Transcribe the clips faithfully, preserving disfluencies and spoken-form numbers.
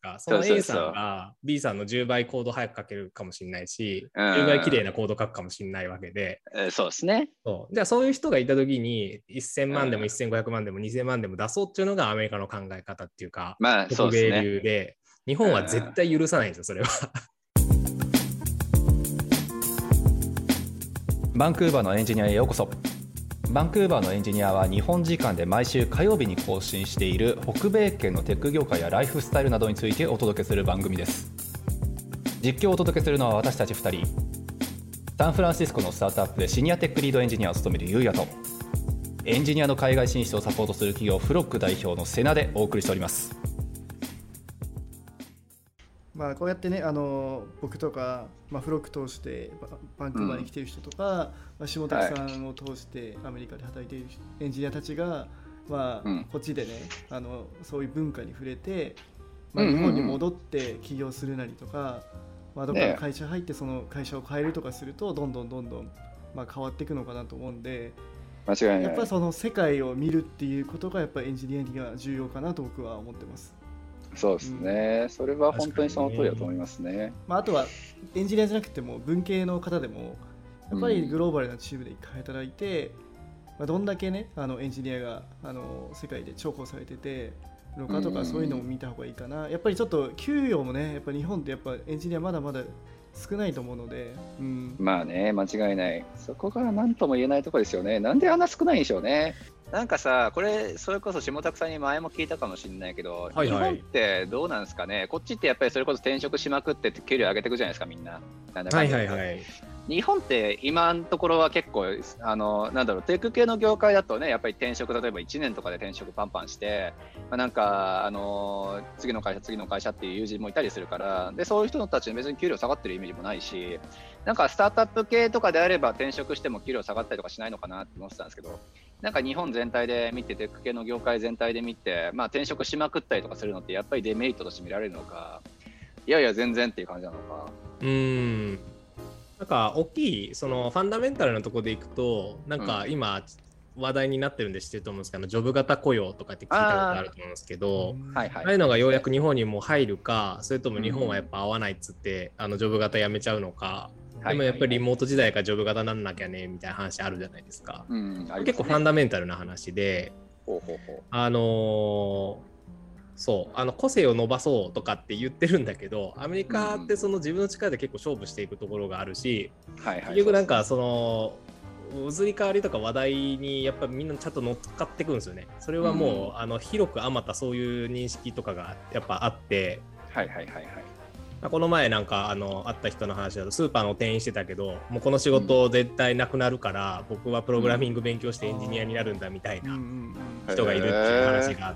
か。その A さんが B さんのじゅうばいコード早く書けるかもしれないし、じゅうばい綺麗なコード書くかもしれないわけで、 うん、そうですね。 そうじゃあそういう人がいたときにせんまんでもせんごひゃくまんでもにせんまんでも出そうっていうのがアメリカの考え方っていうか、 まあそうですね、 北米流で、日本は絶対許さないんですよ、それは。 バンクーバーのエンジニアへようこそ。バンクーバーのエンジニアは日本時間で毎週火曜日に更新している北米圏のテック業界やライフスタイルなどについてお届けする番組です。実況をお届けするのは私たちふたり、サンフランシスコのスタートアップでシニアテックリードエンジニアを務めるゆうやと、エンジニアの海外進出をサポートする企業フロック代表のセナでお送りしております。 まあ、こうやってね、あの僕とか、まあ、フロック通してバンクーバーに来てる人とか、うんまあ、下田さんを通してアメリカで働いているエンジニアたちが、まあうん、こっちでねあのそういう文化に触れて、まあ、日本に戻って起業するなりとか、まあ、どこかの会社入ってその会社を変えるとかするとどんどんどんどん、まあ、変わっていくのかなと思うんで、 間違いない。 やっぱりその世界を見るっていうことがやっぱりエンジニアには重要かなと僕は思ってます。 そうですね、うん、それは本当にその通りだと思いますね。 まあ、あとはエンジニアじゃなくても文系の方でもやっぱりグローバルなチームで一回働いて、うんまあ、どんだけねあのエンジニアがあの世界で重宝されててのかとかそういうのも見た方がいいかな。やっぱりちょっと給与もねやっぱ日本ってやっぱエンジニアまだまだ少ないと思うので、うん、 まあね間違いない。そこが何とも言えないところですよね。なんであんな少ないんでしょうね。なんかさ、これそれこそ下田さんに前も聞いたかもしれないけど、はいはい、日本ってどうなんですかね。こっちってやっぱりそれこそ転職しまくって給料上げていくじゃないですかみんな。なんだかんだはいはいはい。 日本って今のところは結構あのなんだろうテック系の業界だとねやっぱり転職例えばいちねんとかで転職パンパンして、まあ、なんかあの次の会社次の会社っていう友人もいたりするからでそういう人たち別に給料下がってるイメージもないしなんかスタートアップ系とかであれば転職しても給料下がったりとかしないのかなって思ってたんですけどなんか日本全体で見てテック系の業界全体で見て、まあ、転職しまくったりとかするのってやっぱりデメリットとして見られるのかいやいや全然っていう感じなのか。 うーんなんか大きいそのファンダメンタルなところでいくとなんか今話題になってるんで知ってると思うんですけど、うん、ジョブ型雇用とかって聞いたことあると思うんですけど あ,、はいはい、ああいうのがようやく日本にも入るかそれとも日本はやっぱ合わないっつって、うん、あのジョブ型やめちゃうのか、でもやっぱりリモート時代からジョブ型なんなきゃねみたいな話あるじゃないですか、うんすね、結構ファンダメンタルな話でほうほうほうあのーそうあの個性を伸ばそうとかって言ってるんだけどアメリカってその自分の力で結構勝負していくところがあるし、うんはいはい、結局なんかその移り変わりとか話題にやっぱりみんなちゃんと乗っかってくるんですよね。それはもう、うん、あの広くあまたそういう認識とかがやっぱあってはいはいはいはいこの前なんかあの会った人の話だとスーパーの店員してたけどもうこの仕事絶対なくなるから、うん、僕はプログラミング勉強してエンジニアになるんだみたいな人がいるっていう話があって、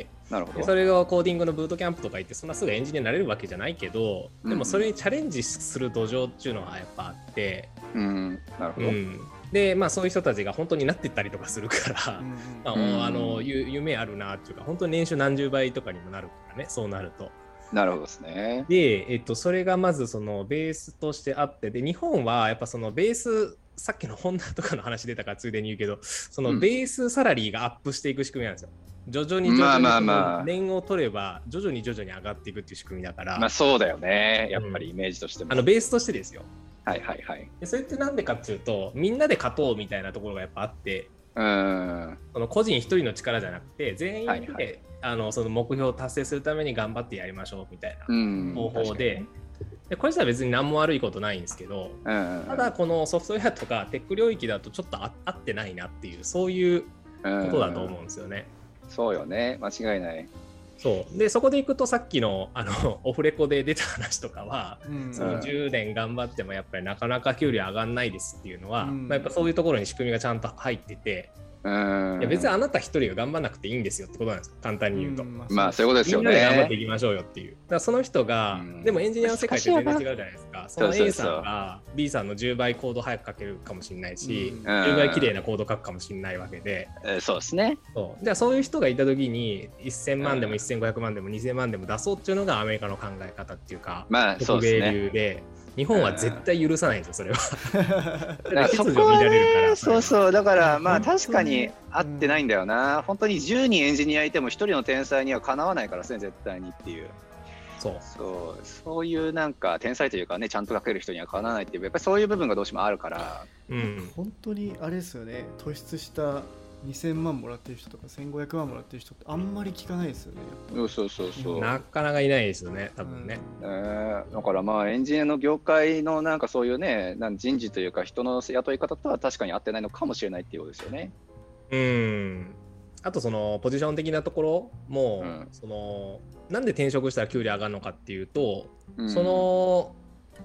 なるほどでそれをコーディングのブートキャンプとか行ってそんなすぐエンジニアになれるわけじゃないけどでもそれにチャレンジする土壌っていうのはやっぱあって、うん、なるほど、うんでまあ、そういう人たちが本当になっていったりとかするから、うんまあ、あの夢あるなっていうか本当に年収何十倍とかにもなるからねそうなると。 なるほどですね。 で、えっと、それがまずそのベースとしてあってで日本はやっぱそのベースさっきのホンダとかの話出たからついでに言うけどそのベースサラリーがアップしていく仕組みなんですよ。徐々に徐々に年を取れば徐々に徐々に上がっていくっていう仕組みだから、 まあそうだよねやっぱりイメージとしても、 うん、あのベースとしてですよ。 はいはいはい。 でそれってなんでかっていうとみんなで勝とうみたいなところがやっぱあってうんその個人一人の力じゃなくて全員で、はいはい、あのその目標を達成するために頑張ってやりましょうみたいな方法で、でこれじゃ別に何も悪いことないんですけど、ただこのソフトウェアとかテック領域だとちょっと合ってないなっていうそういうことだと思うんですよね。 そうよね間違いない。 そうでそこでいくとさっき の, あのオフレコで出た話とかは、うん、そのじゅうねん頑張ってもやっぱりなかなか給料上がんないですっていうのは、うんまあ、やっぱそういうところに仕組みがちゃんと入っててうんいや別にあなた一人が頑張らなくていいんですよってことなんですよ簡単に言うと、うん、 まあそういうことですよね。 みんなで頑張っていきましょうよっていうだからその人が、うん、でもエンジニアの世界って全然違うじゃないですか。その A さんが B さんのじゅうばいコード早く書けるかもしれないし、うん、じゅうばい綺麗なコード書くかもしれないわけで、 うん、そうですね。 そうじゃあそういう人がいた時にせんまんでもせんごひゃくまんでもにせんまんでも出そうっていうのがアメリカの考え方っていうか、 まあそうですね、 北米流で日本は絶対許さないんですよそれは。 だそこはねそうそうだからまあ確かに合ってないんだよな、うん、本当にじゅうにんエンジニアいてもひとりの天才にはかなわないからですね絶対にっていう。 そうそうそういうなんか天才というかねちゃんと書ける人にはかなわないっていうやっぱりそういう部分がどうしてもあるから、 うん、 本当にあれですよね。突出したにせんまんもらってる人とかせんごひゃくまんもらってる人ってあんまり聞かないですよね。 そうそうそうそう、 なかなかいないですよね多分ね、 うん、えー、だからまあエンジニアの業界のなんかそういうねなん人事というか人の雇い方とは確かに合ってないのかもしれないっていうことですよね。 うん、あとそのポジション的なところも、うん、そのなんで転職したら給料上がるのかっていうと、うん、その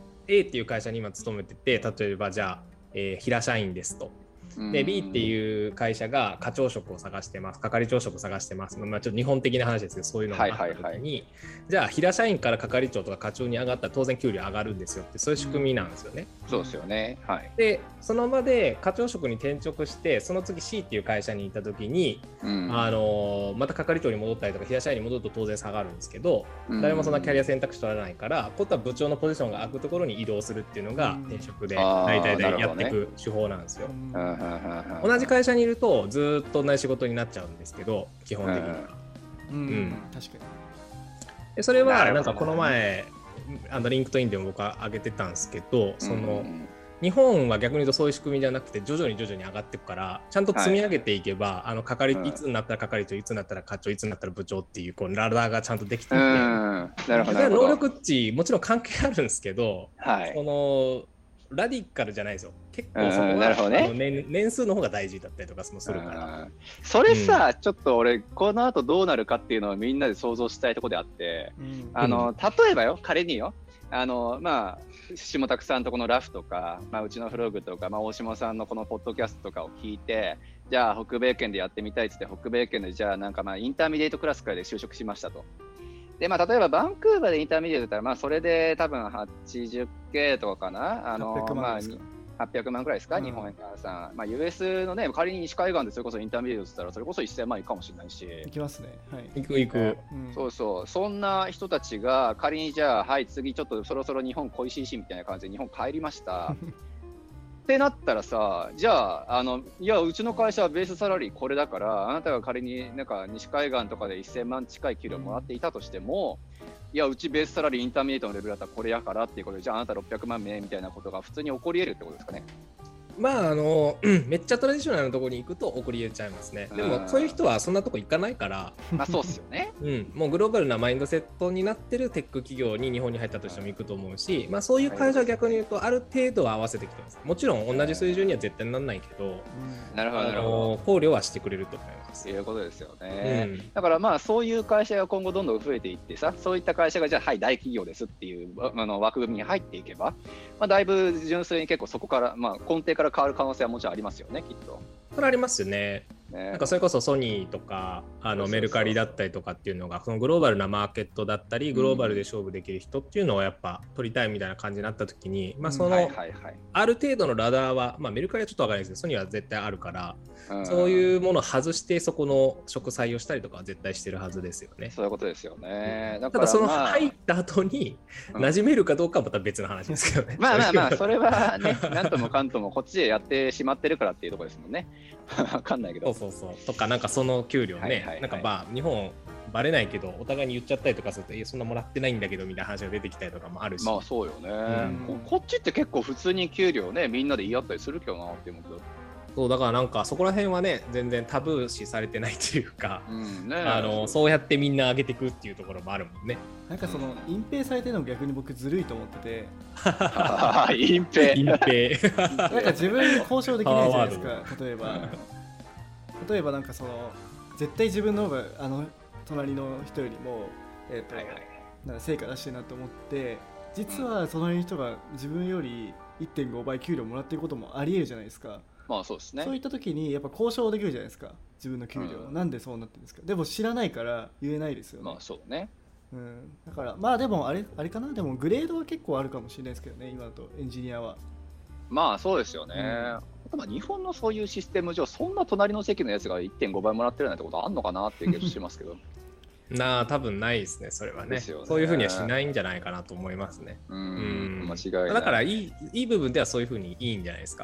A っていう会社に今勤めてて、例えばじゃあ、えー、平社員ですと。で B っていう会社が課長職を探してます、係長職を探してます、まあ、ちょっと日本的な話ですけどそういうのがあった時に、はいはいはい、じゃあ平社員から係長とか課長に上がったら当然給料上がるんですよってそういう仕組みなんですよね、 うん、そうですよね、はい、 でその場で課長職に転職してその次 C っていう会社に行った時に、うん、あのまた係長に戻ったりとか平社員に戻ると当然下がるんですけど、うん、誰もそんなキャリア選択肢取らないから今度は部長のポジションが空くところに移動するっていうのが転職で大体でやっていく手法なんですよ、うん同じ会社にいるとずっと同じ仕事になっちゃうんですけど基本的には、 うんうんうん、確かにでそれはなんかこの前あのリンクトインでも僕は上げてたんですけど、その日本は逆に言うとそういう仕組みじゃなくて徐々に徐々に上がっていくからちゃんと積み上げていけば、はい、あの係いつになったら係長いつになったら課長いつになったら部長っていうこうラダーがちゃんとできていて、うんなるほど能力値もちろん関係あるんですけど、はい、そのラディカルじゃないですよ。結構そこは、なるほどね、あの 年, 年数の方が大事だったりとかもするから。 それさ、うん、ちょっと俺この後どうなるかっていうのをみんなで想像したいところであって、うん、あの例えばよ仮によあのまあ下拓さんとこのラフとか、まあ、うちのフログとか、まあ、大下さんのこのポッドキャストとかを聞いてじゃあ北米圏でやってみたいっつって北米圏でじゃあなんかまあインターミディエイトクラスからで就職しましたと。でまあ、例えばバンクーバーでインターミディエイトだったら、まあ、それで多分 はちじゅっケー とかかな、あのはっぴゃくまんですか、まあ、はっぴゃくまんくらいですか、うん、日本円換算、まあ、ユーエス のね仮に西海岸でそれこそインターミディエイトだったらそれこそせんまんいくかもしれないしいきますね、はい、 いくいく、うん、 そうそうそんな人たちが仮にじゃあはい次ちょっとそろそろ日本恋しいしみたいな感じで日本帰りましたってなったらさ、じゃあ、あのいやうちの会社はベースサラリーこれだからあなたが仮になんか西海岸とかでせんまん近い給料もらっていたとしても、いやうちベースサラリーインターミディエイトのレベルだったらこれやからっていうことでじゃああなたろっぴゃくまんめみたいなことが普通に起こり得るってことですかね。 まああのめっちゃトラディショナルなところに行くと起こり得ちゃいますね。でもそういう人はそんなとこ行かないからまあそうっすよね、 うん、もうグローバルなマインドセットになってるテック企業に日本に入ったとしても行くと思うし、まあ、そういう会社は逆に言うとある程度は合わせてきてます。もちろん同じ水準には絶対ならないけど、うん、 なるほどなるほど考慮はしてくれると思います。 ということですよね、うん、だからまあそういう会社が今後どんどん増えていってさ、そういった会社がじゃあはい大企業ですっていうあの枠組みに入っていけば、まあ、だいぶ純粋に結構そこから、まあ、根底から変わる可能性はもちろんありますよねきっと。 それありますよね。ね、なんかそれこそソニーとかあのメルカリだったりとかっていうのがそのグローバルなマーケットだったりグローバルで勝負できる人っていうのをやっぱ取りたいみたいな感じになった時に、まあそのある程度のラダーは、まあ、メルカリはちょっと分からないですけどソニーは絶対あるから、うん、そういうものを外してそこの職採用したりとかは絶対してるはずですよね。 そういうことですよね。 だから、ただその入った後に馴染めるかどうかはまた別の話ですけどね、 うん、まあまあまあそれはねなんともかんともこっちでやってしまってるからっていうところですもんね分かんないけどそうそうそうとかなんかその給料ね、はいはいはい、なんかまあ日本バレないけどお互いに言っちゃったりとかするとえそんなもらってないんだけどみたいな話が出てきたりとかもあるし。 まあそうよね、うん、こ, こっちって結構普通に給料ねみんなで言い合ったりするけどなって思うけど。 そうだからなんかそこら辺はね全然タブー視されてないというか、うんね、あのそうやってみんな上げていくっていうところもあるもんね。 なんかその隠蔽されてるの逆に僕ずるいと思ってて隠蔽隠蔽なんか自分に交渉できないじゃないですか。例えば例えばなんかその絶対自分の方があの隣の人よりも、えーとはいはい、なんか成果出してるなと思って実は隣の人が自分より いってんご 倍給料もらってることもありえるじゃないですか。 まあそうですね。 そういった時にやっぱ交渉できるじゃないですか自分の給料、うん、なんでそうなってるんですか。でも知らないから言えないですよね。 まあそうね、 うん、だからまあでもあれあれかなでもグレードは結構あるかもしれないですけどね今だとエンジニアは。 まあそうですよね、うん、日本のそういうシステム上そんな隣の席のやつが いってんご 倍もらってるなんてことあんのかなっていう気がしますけどなあ多分ないですねそれは ね, ねそういうふうにはしないんじゃないかなと思いますね。 うん、うん、間違いない。 だからいいいい部分ではそういうふうにいいんじゃないですか。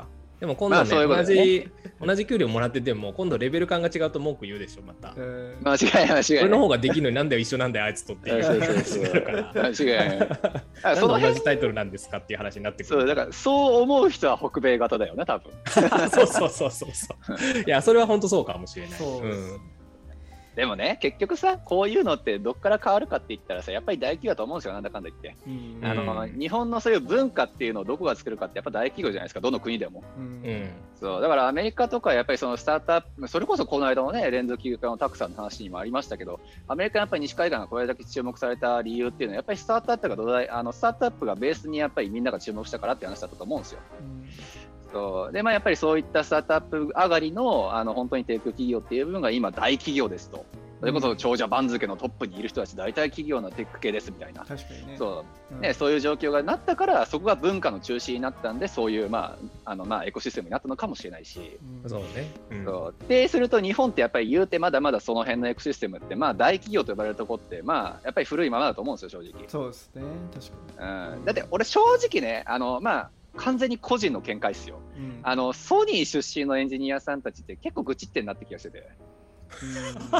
でも今度ね、まあううね同じ同じ給料もらってても今度レベル感が違うと文句言うでしょまた。 えー、間違いない間違いない。 それの方ができるのになんで一緒なんだよあいつとっていう話になるから。 間違いない。 なんで同じタイトルなんですかっていう話になってくる。 そうだからそう思う人は北米型だよね多分。 そうそうそうそうそう。いやそれは本当そうかもしれない。そう、うんでもね結局さこういうのってどっから変わるかって言ったらさやっぱり大企業だと思うんですよなんだかんだ言って、うん、あの日本のそういう文化っていうのをどこが作るかってやっぱ大企業じゃないですかどの国でも、うん、そうだからアメリカとかやっぱりそのスタートアップそれこそこの間のね連続起業家のたくさんの話にもありましたけどアメリカやっぱり西海岸がこれだけ注目された理由っていうのはやっぱりスタートアップが土台あのスタートアップがベースにやっぱりみんなが注目したからって話だったと思うんですよ、うんそうでまあ、やっぱりそういったスタートアップ上がり の, あの本当にテック企業っていう部分が今大企業ですとそれこそ長者番付のトップにいる人たち大体企業のテック系ですみたいな確かに、ねそう、ねうん、そういう状況がなったからそこが文化の中心になったんでそういう、まああのまあ、エコシステムになったのかもしれないし、 うん、そうね、うん、 そうですると日本ってやっぱり言うてまだまだその辺のエコシステムって、まあ、大企業と呼ばれるところって、まあ、やっぱり古いままだと思うんですよ正直そうですね確かに、うん、だって俺正直ねあのまあ完全に個人の見解ですよ、うん、あのソニー出身のエンジニアさんたちって結構愚痴ってんなって気がしててうん、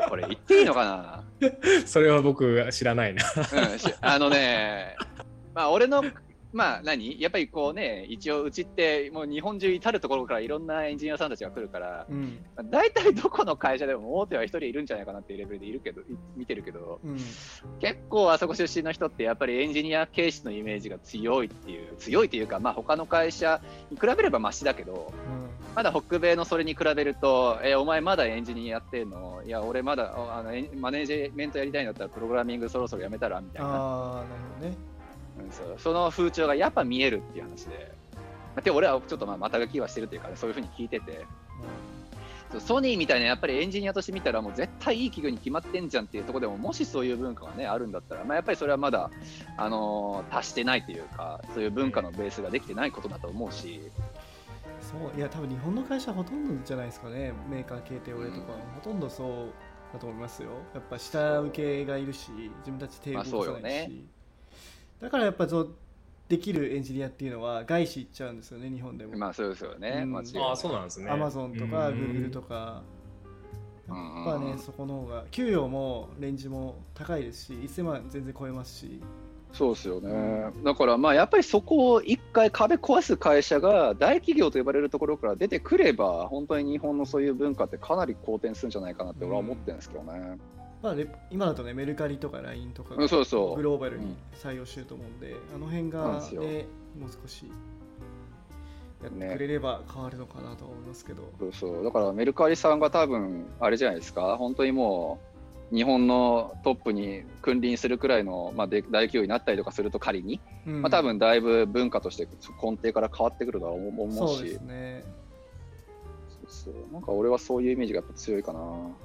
これ言っていいのかなそれは僕知らないな、うん、 あのねまあ俺のまあ何やっぱりこうね一応うちってもう日本中至るところからいろんなエンジニアさんたちが来るから、うん、大体どこの会社でも大手は一人いるんじゃないかなっていうレベルでいるけど見てるけど、うん、結構あそこ出身の人ってやっぱりエンジニア軽視のイメージが強いっていう強いっていうかまあ他の会社に比べればマシだけど、うん、まだ北米のそれに比べるとえお前まだエンジニアやってんのいや俺まだあのマネージメントやりたいんだったらプログラミングそろそろやめたらみたいな。 あーなるほどねうん、そ, その風潮がやっぱ見えるっていう話で、まあ、で俺はちょっとまあまたがきはしてるというか、ね、そういうふうに聞いてて、うん、ソニーみたいなやっぱりエンジニアとして見たらもう絶対いい企業に決まってんじゃんっていうところでももしそういう文化が、ね、あるんだったら、まあ、やっぱりそれはまだ、あのー、達してないというかそういう文化のベースができてないことだと思うしそういや多分日本の会社ほとんどじゃないですかねメーカー系って俺とか、うん、ほとんどそうだと思いますよやっぱ下請けがいるし自分たち手を動かさないし、だからやっぱそうできるエンジニアっていうのは外資行っちゃうんですよね日本でも。 まあそうですよね。うん、 ああそうなんですね。 アマゾンとかグーグルとかやっぱねそこの方が給与もレンジも高いですしせんまん全然超えますし。 そうですよね。だからまあやっぱりそこを一回壁壊す会社が大企業と呼ばれるところから出てくれば本当に日本のそういう文化ってかなり好転するんじゃないかなって俺は思ってるんですけどね。うんまあ、今だとねメルカリとか ライン とかがグローバルに採用してると思うんで、うん、あの辺が、ね、もう少しやってくれれば変わるのかなと思いますけど、ね、 そうそうだからメルカリさんが多分あれじゃないですか本当にもう日本のトップに君臨するくらいの、まあ、大企業になったりとかすると仮に、うんまあ、多分だいぶ文化として根底から変わってくるとは思うしそうですねそうそうなんか俺はそういうイメージがやっぱ強いかな。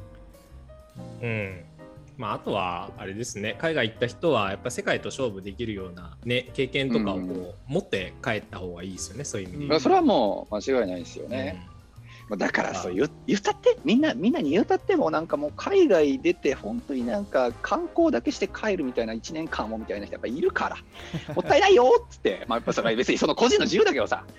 うんまあ、あとはあれですね海外行った人はやっぱ世界と勝負できるような、ね、経験とかをこう持って帰った方がいいですよね、うん、そういう意味で、 うん、それはもう間違いないですよね、うん、だからそう言ったってみんなみんなに言うたってもなんかもう海外出て本当になんか観光だけして帰るみたいないちねんかんもみたいな人やっぱいるからもったいないよっつって、まあ、やっぱそれは別にその個人の自由だけどさ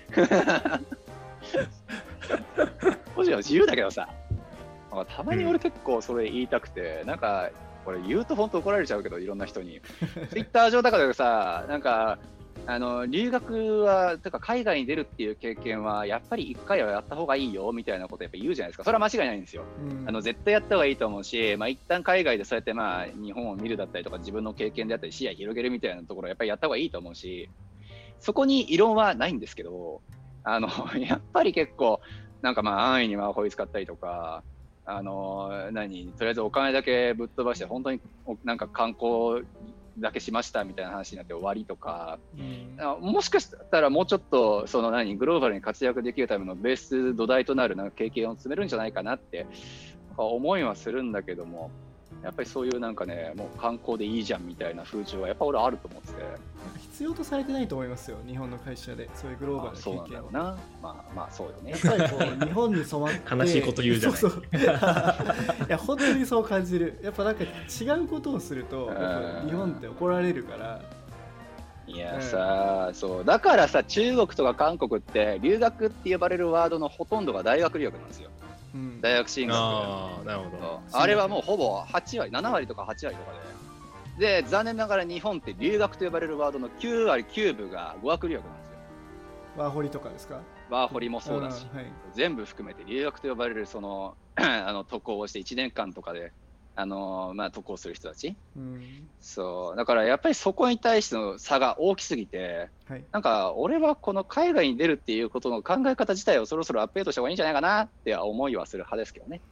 個人の自由だけどさたまに俺結構それ言いたくて、うん、なんかこれ言うと本当怒られちゃうけどいろんな人にツイッター上だからさなんかあの留学はとか海外に出るっていう経験はやっぱりいっかいはやった方がいいよみたいなことやっぱ言うじゃないですか。それは間違いないんですよ、うん、あの絶対やった方がいいと思うし、まあ、一旦海外でそうやってまあ日本を見るだったりとか自分の経験であったり視野広げるみたいなところやっぱりやった方がいいと思うしそこに異論はないんですけどあのやっぱり結構なんかまあ安易にまあこい使ったりとかあの何とりあえずお金だけぶっ飛ばして本当になんか観光だけしましたみたいな話になって終わりとか、うん、もしかしたらもうちょっとその何グローバルに活躍できるためのベース土台となるなんか経験を積めるんじゃないかなって思いはするんだけどもやっぱりそういうなんかねもう観光でいいじゃんみたいな風潮はやっぱ俺あると思ってて必要とされてないと思いますよ日本の会社でそういうグローバルな経験は。そうなんだろうなまあまあそうよねやっぱりこう日本に染まって悲しいこと言うじゃないそうそういや本当にそう感じるやっぱなんか違うことをすると日本って怒られるからいやさ、うん、そうだからさ、中国とか韓国って留学って呼ばれるワードのほとんどが大学留学なんですよ、うん、大学進学。 あなるほど。 あれはもうほぼはちわりななわりとかはちわりとかで、で残念ながら日本って留学と呼ばれるワードのきゅうわりきゅうぶが語学留学なんですよ。 ワーホリとかですか？ ワーホリもそうだし、はい、全部含めて留学と呼ばれるそのあの渡航をしていちねんかんとかであのまあ、渡航する人たち、うん、そうだからやっぱりそこに対しての差が大きすぎて、はい、なんか俺はこの海外に出るっていうことの考え方自体をそろそろアップデートした方がいいんじゃないかなって思いはする派ですけどね。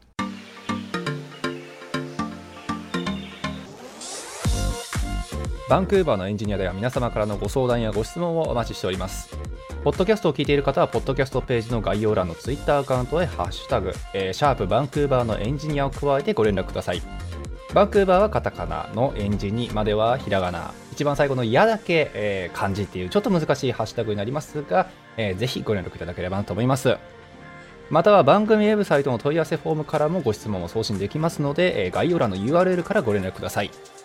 バンクーバーのエンジニアでは皆様からのご相談やご質問をお待ちしております。ポッドキャストを聞いている方はポッドキャストページの概要欄のツイッターアカウントへハッシュタグ、えー、シャープバンクーバーのエンジニアを加えてご連絡ください。バンクーバーはカタカナのエンジニまではひらがな、一番最後のやだけ、えー、漢字っていうちょっと難しいハッシュタグになりますが、えー、ぜひご連絡いただければなと思います。または番組ウェブサイトの問い合わせフォームからもご質問を送信できますので、えー、概要欄の ユーアールエル からご連絡ください。